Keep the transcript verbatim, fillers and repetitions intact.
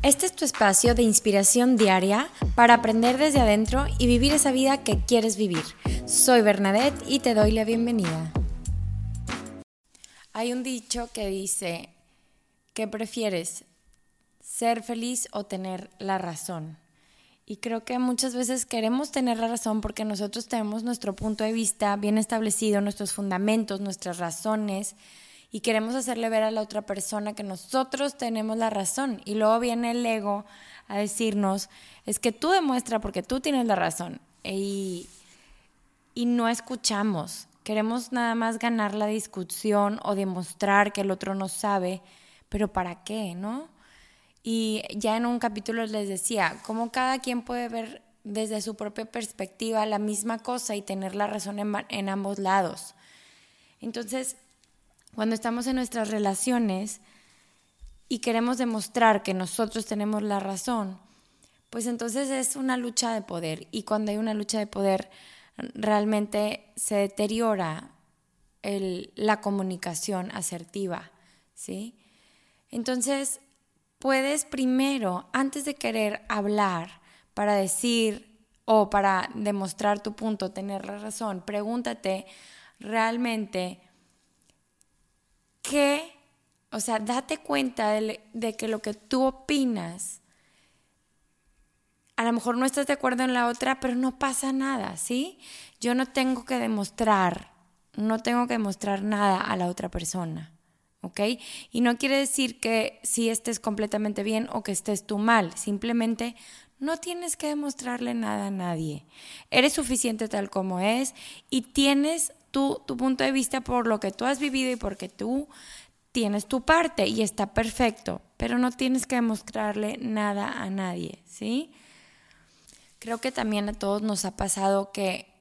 Este es tu espacio de inspiración diaria para aprender desde adentro y vivir esa vida que quieres vivir. Soy Bernadette y te doy la bienvenida. Hay un dicho que dice, ¿qué prefieres? ¿Ser feliz o tener la razón? Y creo que muchas veces queremos tener la razón porque nosotros tenemos nuestro punto de vista bien establecido, nuestros fundamentos, nuestras razones, y queremos hacerle ver a la otra persona que nosotros tenemos la razón. Y luego viene el ego a decirnos, es que tú demuestra porque tú tienes la razón. Y, y no escuchamos. Queremos nada más ganar la discusión o demostrar que el otro no sabe, pero ¿para qué, no? Y ya en un capítulo les decía, cómo cada quien puede ver desde su propia perspectiva la misma cosa y tener la razón en, en ambos lados. Entonces, cuando estamos en nuestras relaciones y queremos demostrar que nosotros tenemos la razón, pues entonces es una lucha de poder. Y cuando hay una lucha de poder, realmente se deteriora el, la comunicación asertiva, ¿sí? Entonces, puedes primero, antes de querer hablar para decir o para demostrar tu punto, tener la razón, pregúntate realmente qué, o sea, date cuenta de, de que lo que tú opinas, a lo mejor no estás de acuerdo en la otra, pero no pasa nada, ¿sí? Yo no tengo que demostrar, no tengo que demostrar nada a la otra persona. ¿Ok? Y no quiere decir que sí estés completamente bien o que estés tú mal. Simplemente no tienes que demostrarle nada a nadie. Eres suficiente tal como es y tienes tú, tu punto de vista por lo que tú has vivido y porque tú tienes tu parte y está perfecto. Pero no tienes que demostrarle nada a nadie, ¿sí? Creo que también a todos nos ha pasado que